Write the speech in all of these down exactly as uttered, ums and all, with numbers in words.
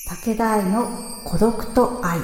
武田愛の孤独と愛。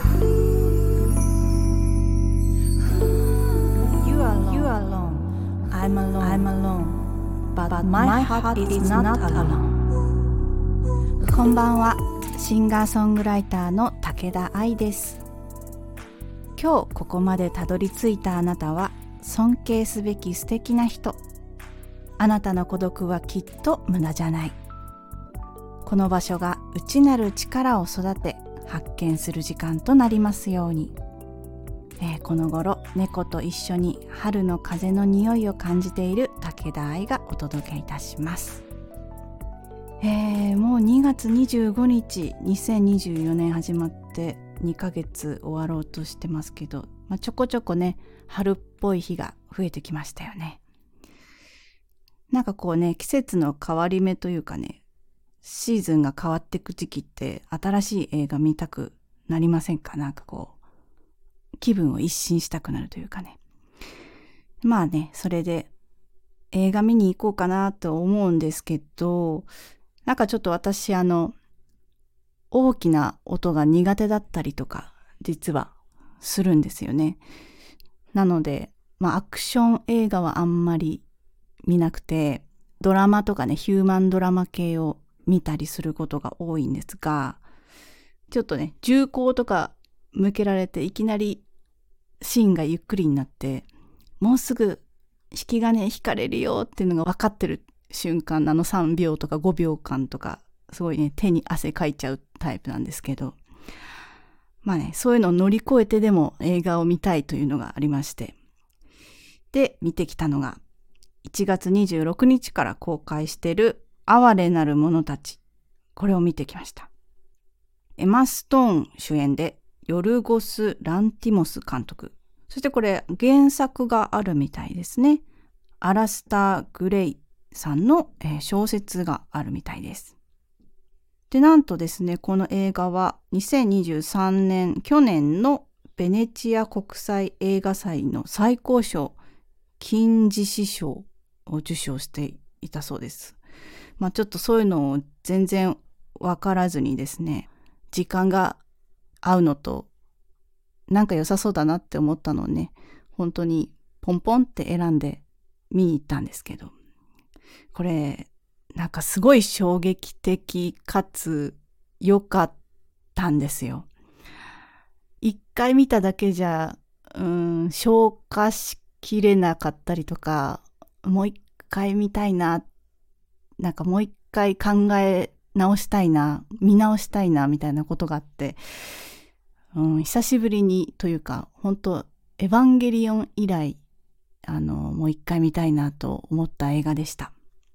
You are alone. You are alone. I'm alone. I'm alone. But my heart is not alone. こんばんは。シンガーソングライターの武田愛です。今日ここまでたどり着いたあなたは尊敬すべき素敵な人。あなたの孤独はきっと無駄じゃない。この場所が内なる力を育て発見する時間となりますように。えー、この頃猫と一緒に春の風の匂いを感じている武田愛がお届けいたします。えー、もうにがつにじゅうごにち、にせんにじゅうよねん始まってにかげつ終わろうとしてますけど、まあ、ちょこちょこね春っぽい日が増えてきましたよね。なんかこうね、季節の変わり目というかね、シーズンが変わっていく時期って新しい映画見たくなりませんか？なんかこう気分を一新したくなるというかね。まあね、それで映画見に行こうかなと思うんですけど、なんかちょっと私あの大きな音が苦手だったりとか実はするんですよね。なので、まあアクション映画はあんまり見なくて、ドラマとかね、ヒューマンドラマ系を見たりすることが多いんですが、ちょっとね、銃口とか向けられていきなりシーンがゆっくりになって、もうすぐ引き金引かれるよっていうのが分かってる瞬間、あのさんびょうとかごびょうかんとか、すごいね、手に汗かいちゃうタイプなんですけど、まあね、そういうのを乗り越えてでも映画を見たいというのがありまして、で、見てきたのが、いちがつにじゅうろくにちから公開している哀れなる者たち。これを見てきました。エマ・ストーン主演でヨルゴス・ランティモス監督。そしてこれ原作があるみたいですね。アラスター・グレイさんの小説があるみたいです。で、なんとですね、この映画はにせんにじゅうさんねん、去年のベネチア国際映画祭の最高賞、金獅子賞を受賞していたそうです。まあちょっとそういうのを全然わからずにですね、時間が合うのとなんか良さそうだなって思ったのをね、本当にポンポンって選んで見に行ったんですけど、これなんかすごい衝撃的かつ良かったんですよ。一回見ただけじゃうーん消化しきれなかったりとか、もう一回見たいな、なんかもう一回考え直したいな、見直したいなみたいなことがあって、うん、久しぶりにというか、本当エヴァンゲリオン以来、あのもう一回見たいなと思った映画でした。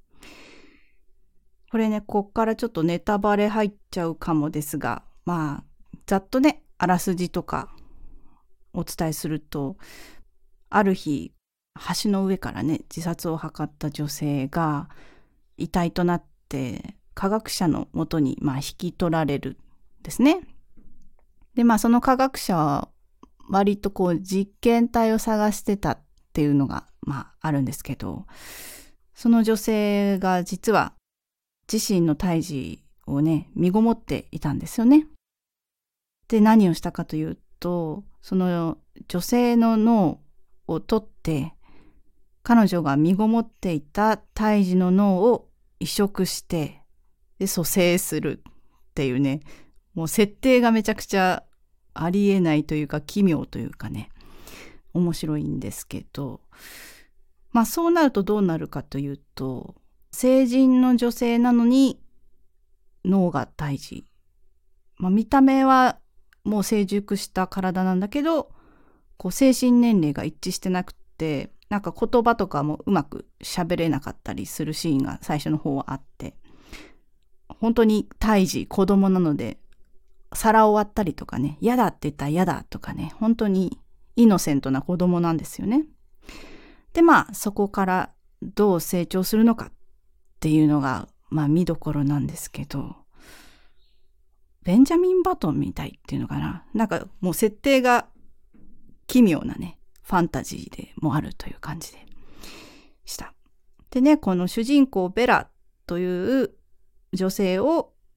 これね、こっからちょっとネタバレ入っちゃうかもですが、まあざっとね、あらすじとかお伝えすると、ある日橋の上からね自殺を図った女性が遺体となって科学者のもとにまあ引き取られるんですね。でまあその科学者は割とこう実験体を探してたっていうのがまああるんですけど、その女性が実は自身の胎児をね身ごもっていたんですよね。で何をしたかというと、その女性の脳を取って彼女が身ごもっていた胎児の脳を移植してで蘇生するっていうね、もう設定がめちゃくちゃありえないというか奇妙というかね、面白いんですけど、まあそうなるとどうなるかというと、成人の女性なのに脳が胎児、まあ、見た目はもう成熟した体なんだけど、こう精神年齢が一致してなくて、なんか言葉とかもうまく喋れなかったりするシーンが最初の方はあって、本当に胎児、子供なので皿を割ったりとかね、嫌だって言ったら嫌だとかね、本当にイノセントな子供なんですよね。でまあそこからどう成長するのかっていうのがまあ見どころなんですけど、ベンジャミン・バトンみたいっていうのかな、なんかもう設定が奇妙なねファンタジーでもあるという感じでした。でね、この主人公ベラという女性を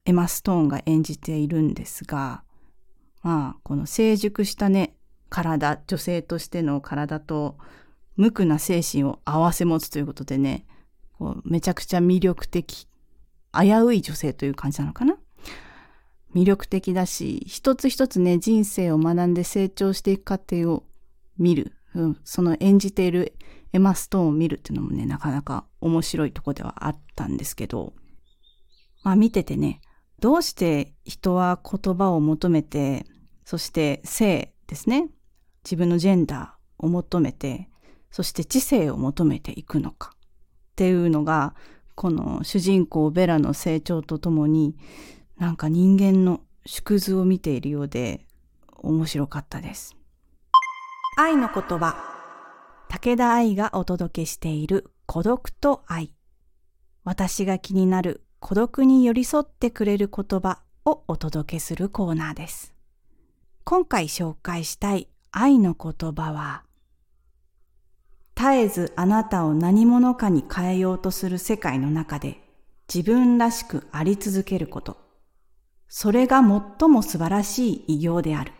エマ・ストーンが演じているんですが、まあこの成熟したね体、女性としての体と無垢な精神を併せ持つということでね、こうめちゃくちゃ魅力的、危うい女性という感じなのかな。魅力的だし、一つ一つね人生を学んで成長していく過程を見る、うん、その演じているエマ・ストーンを見るっていうのもねなかなか面白いところではあったんですけど、まあ見ててね、どうして人は言葉を求めて、そして性ですね、自分のジェンダーを求めて、そして知性を求めていくのかっていうのが、この主人公ベラの成長とともになんか人間の縮図を見ているようで面白かったです。愛の言葉、武田愛がお届けしている孤独と愛。私が気になる孤独に寄り添ってくれる言葉をお届けするコーナーです。今回紹介したい愛の言葉は、絶えずあなたを何者かに変えようとする世界の中で自分らしくあり続けること。それが最も素晴らしい偉業である。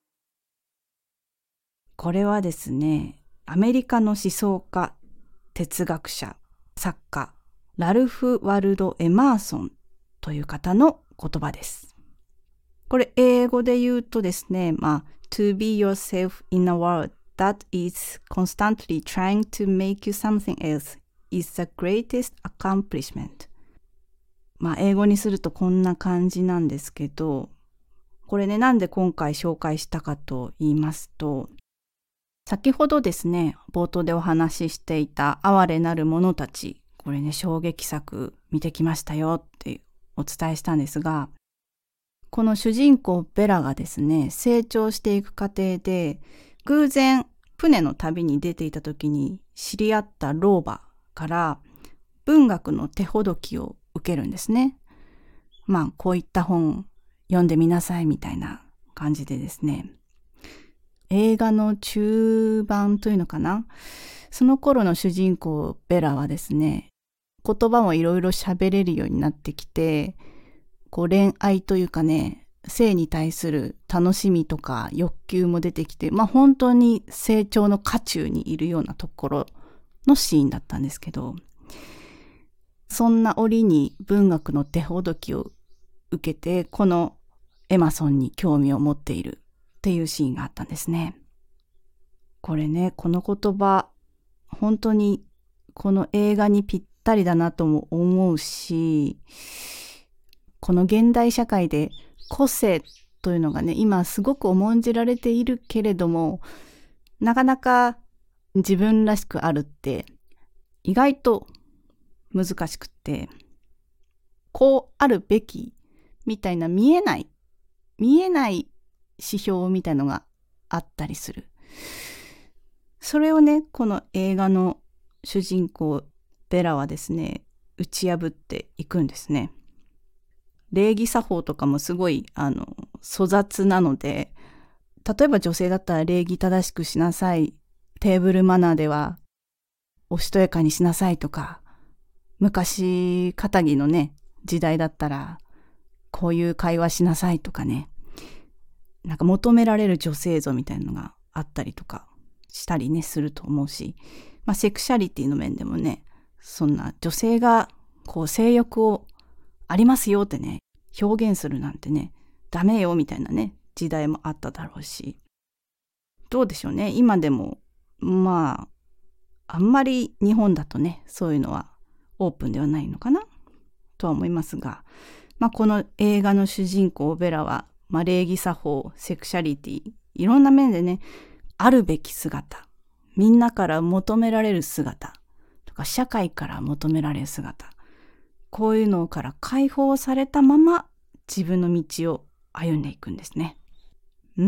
これはですね、アメリカの思想家、哲学者、作家、ラルフ・ワルド・エマーソンという方の言葉です。これ英語で言うとですね、まあ、to be yourself in a world that is constantly trying to make you something else is the greatest accomplishment。まあ、英語にするとこんな感じなんですけど、これね、なんで今回紹介したかと言いますと、先ほどですね、冒頭でお話ししていた哀れなる者たち、これね、衝撃作見てきましたよってお伝えしたんですが、この主人公ベラがですね、成長していく過程で、偶然船の旅に出ていた時に知り合った老婆から文学の手ほどきを受けるんですね。まあ、こういった本読んでみなさいみたいな感じでですね、映画の中盤というのかな、その頃の主人公ベラはですね、言葉もいろいろ喋れるようになってきて、こう恋愛というかね、性に対する楽しみとか欲求も出てきて、まあ本当に成長の渦中にいるようなところのシーンだったんですけど、そんな折に文学の手ほどきを受けて、このエマソンに興味を持っているっていうシーンがあったんですね。これね、この言葉、本当にこの映画にぴったりだなとも思うし、この現代社会で個性というのがね、今すごく重んじられているけれども、なかなか自分らしくあるって意外と難しくって、こうあるべきみたいな見えない、見えない指標みたいのがあったりする。それをね、この映画の主人公ベラはですね、打ち破っていくんですね。礼儀作法とかもすごいあの粗雑なので、例えば女性だったら礼儀正しくしなさい、テーブルマナーではおしとやかにしなさいとか、昔堅気のね時代だったらこういう会話しなさいとかね、なんか求められる女性像みたいなのがあったりとかしたりねすると思うし、まあセクシャリティの面でもね、そんな女性がこう性欲をありますよってね表現するなんてねダメよみたいなね時代もあっただろうし、どうでしょうね、今でもまああんまり日本だとねそういうのはオープンではないのかなとは思いますが、まあこの映画の主人公ベラは、まあ、礼儀作法、セクシャリティ、いろんな面でねあるべき姿、みんなから求められる姿とか社会から求められる姿、こういうのから解放されたまま自分の道を歩んでいくんですね。うん、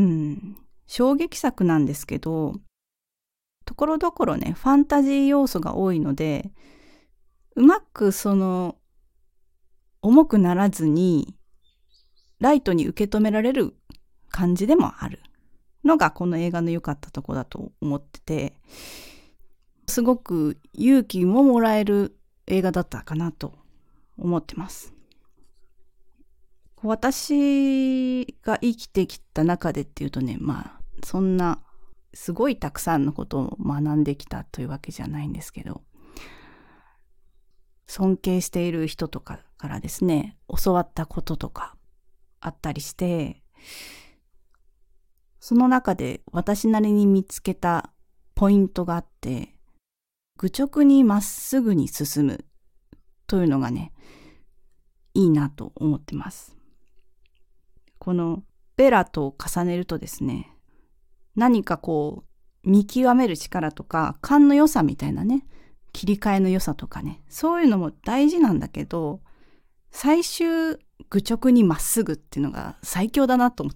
衝撃作なんですけど、ところどころねファンタジー要素が多いので、うまくその重くならずにライトに受け止められる感じでもあるのがこの映画の良かったところだと思ってて、すごく勇気ももらえる映画だったかなと思ってます。 私が生きてきた中でっていうとね、まあそんなすごいたくさんのことを学んできたというわけじゃないんですけど、尊敬している人とかからですね、教わったこととかあったりして、その中で私なりに見つけたポイントがあって、愚直にまっすぐに進むというのがね、いいなと思ってます。このベラと重ねるとですね、何かこう見極める力とか勘の良さみたいなね、切り替えの良さとかね、そういうのも大事なんだけど、最終愚直にまっすぐっていうのが最強だなと思って、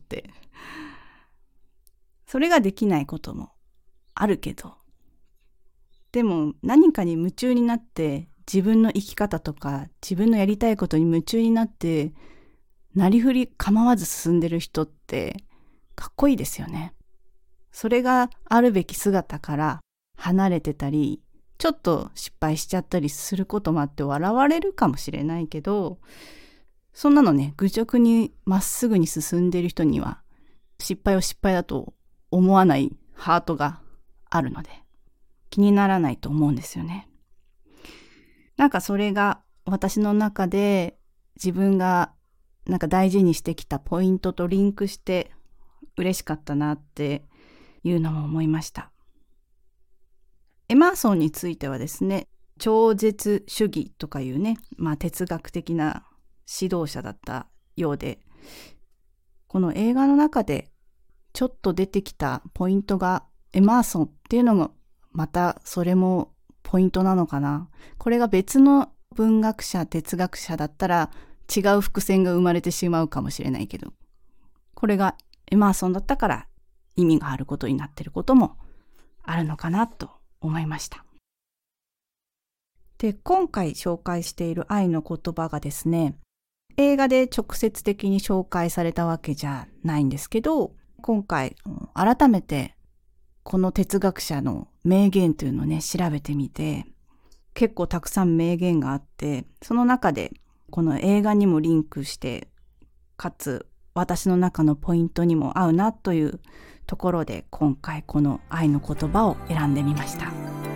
それができないこともあるけど、でも何かに夢中になって自分の生き方とか自分のやりたいことに夢中になってなりふり構わず進んでる人ってかっこいいですよね。それがあるべき姿から離れてたり、ちょっと失敗しちゃったりすることもあって笑われるかもしれないけど、そんなのね、愚直にまっすぐに進んでる人には失敗を失敗だと思わないハートがあるので気にならないと思うんですよね。なんかそれが私の中で自分がなんか大事にしてきたポイントとリンクして嬉しかったなっていうのも思いました。エマーソンについてはですね、超絶主義とかいうね、まあ哲学的な指導者だったようで、この映画の中でちょっと出てきたポイントがエマーソンっていうのもまたそれもポイントなのかな。これが別の文学者、哲学者だったら違う伏線が生まれてしまうかもしれないけど、これがエマーソンだったから意味があることになっていることもあるのかなと思いました。で、今回紹介している愛の言葉がですね、映画で直接的に紹介されたわけじゃないんですけど、今回改めてこの哲学者の名言というのをね、調べてみて、結構たくさん名言があって、その中でこの映画にもリンクして、かつ私の中のポイントにも合うなというところで、今回この愛の言葉を選んでみました。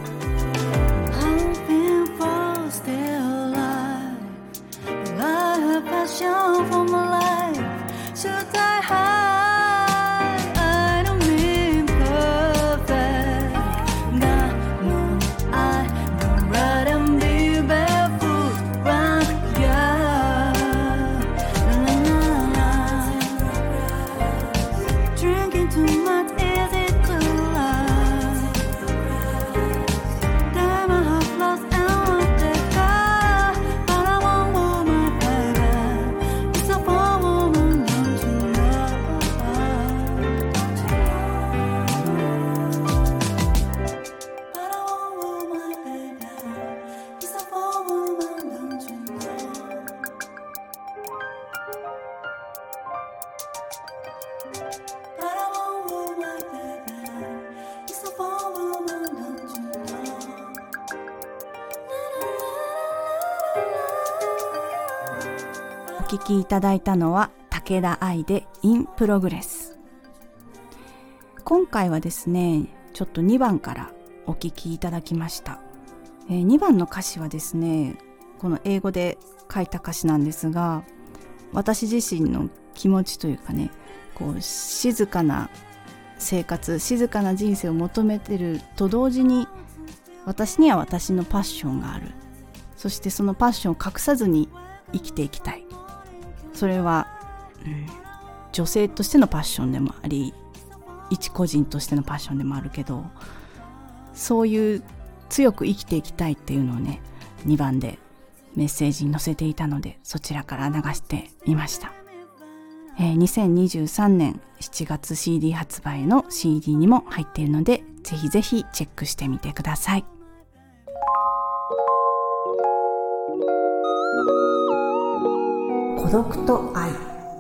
お聞きいただいたのは武田愛で In Progress。 今回はですね、ちょっとにばんからお聞きいただきました。えー、にばんの歌詞はですね、この英語で書いた歌詞なんですが、私自身の気持ちというかね、こう静かな生活、静かな人生を求めてると同時に、私には私のパッションがある。そしてそのパッションを隠さずに生きていきたい。それは、うん、女性としてのパッションでもあり、一個人としてのパッションでもあるけど、そういう強く生きていきたいっていうのをね、にばんでメッセージに載せていたので、そちらから流してみました。えー、にせんにじゅうさんねんしちがつ シーディー 発売の シーディー にも入っているので、ぜひぜひチェックしてみてください。 孤独と愛。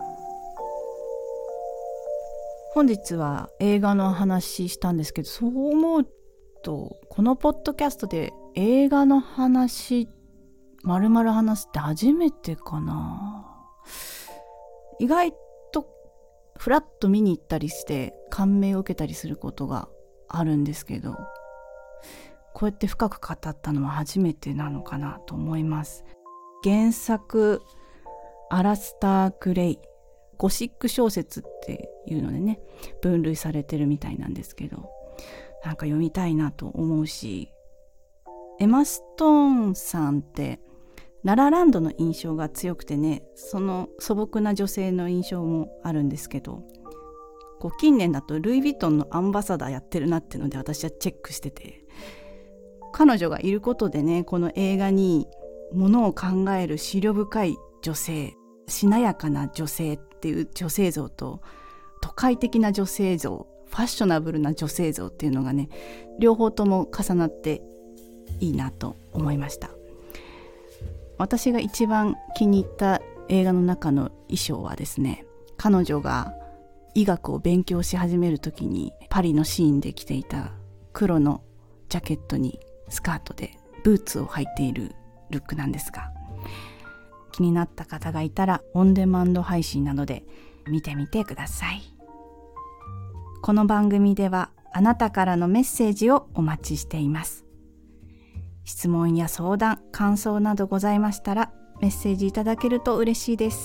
本日は映画の話したんですけど、そう思うとこのポッドキャストで映画の話まるまる話って初めてかな。 意外とフラッと見に行ったりして感銘を受けたりすることがあるんですけど、こうやって深く語ったのは初めてなのかなと思います。原作アラスター・グレイ、ゴシック小説っていうのでね分類されてるみたいなんですけど、なんか読みたいなと思うし、エマ・ストーンさんってララランドの印象が強くてね、その素朴な女性の印象もあるんですけど、こう近年だとルイ・ヴィトンのアンバサダーやってるなっていうので私はチェックしてて、彼女がいることでね、この映画にものを考える思慮深い女性、しなやかな女性っていう女性像と都会的な女性像、ファッショナブルな女性像っていうのがね、両方とも重なっていいなと思いました。私が一番気に入った映画の中の衣装はですね、彼女が医学を勉強し始める時にパリのシーンで着ていた黒のジャケットにスカートでブーツを履いているルックなんですが、気になった方がいたらオンデマンド配信などで見てみてください。この番組ではあなたからのメッセージをお待ちしています。質問や相談、感想などございましたらメッセージいただけると嬉しいです。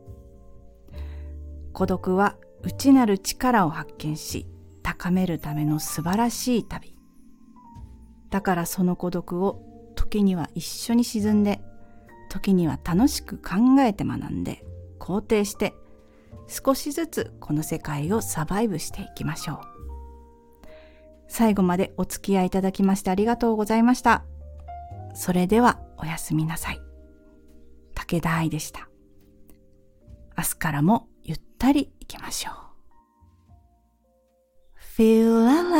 孤独は内なる力を発見し高めるための素晴らしい旅。だからその孤独を時には一緒に沈んで、時には楽しく考えて学んで肯定して、少しずつこの世界をサバイブしていきましょう。最後までお付き合いいただきましてありがとうございました。それではおやすみなさい。武田愛でした。明日からもゆったりいきましょう。Feel alive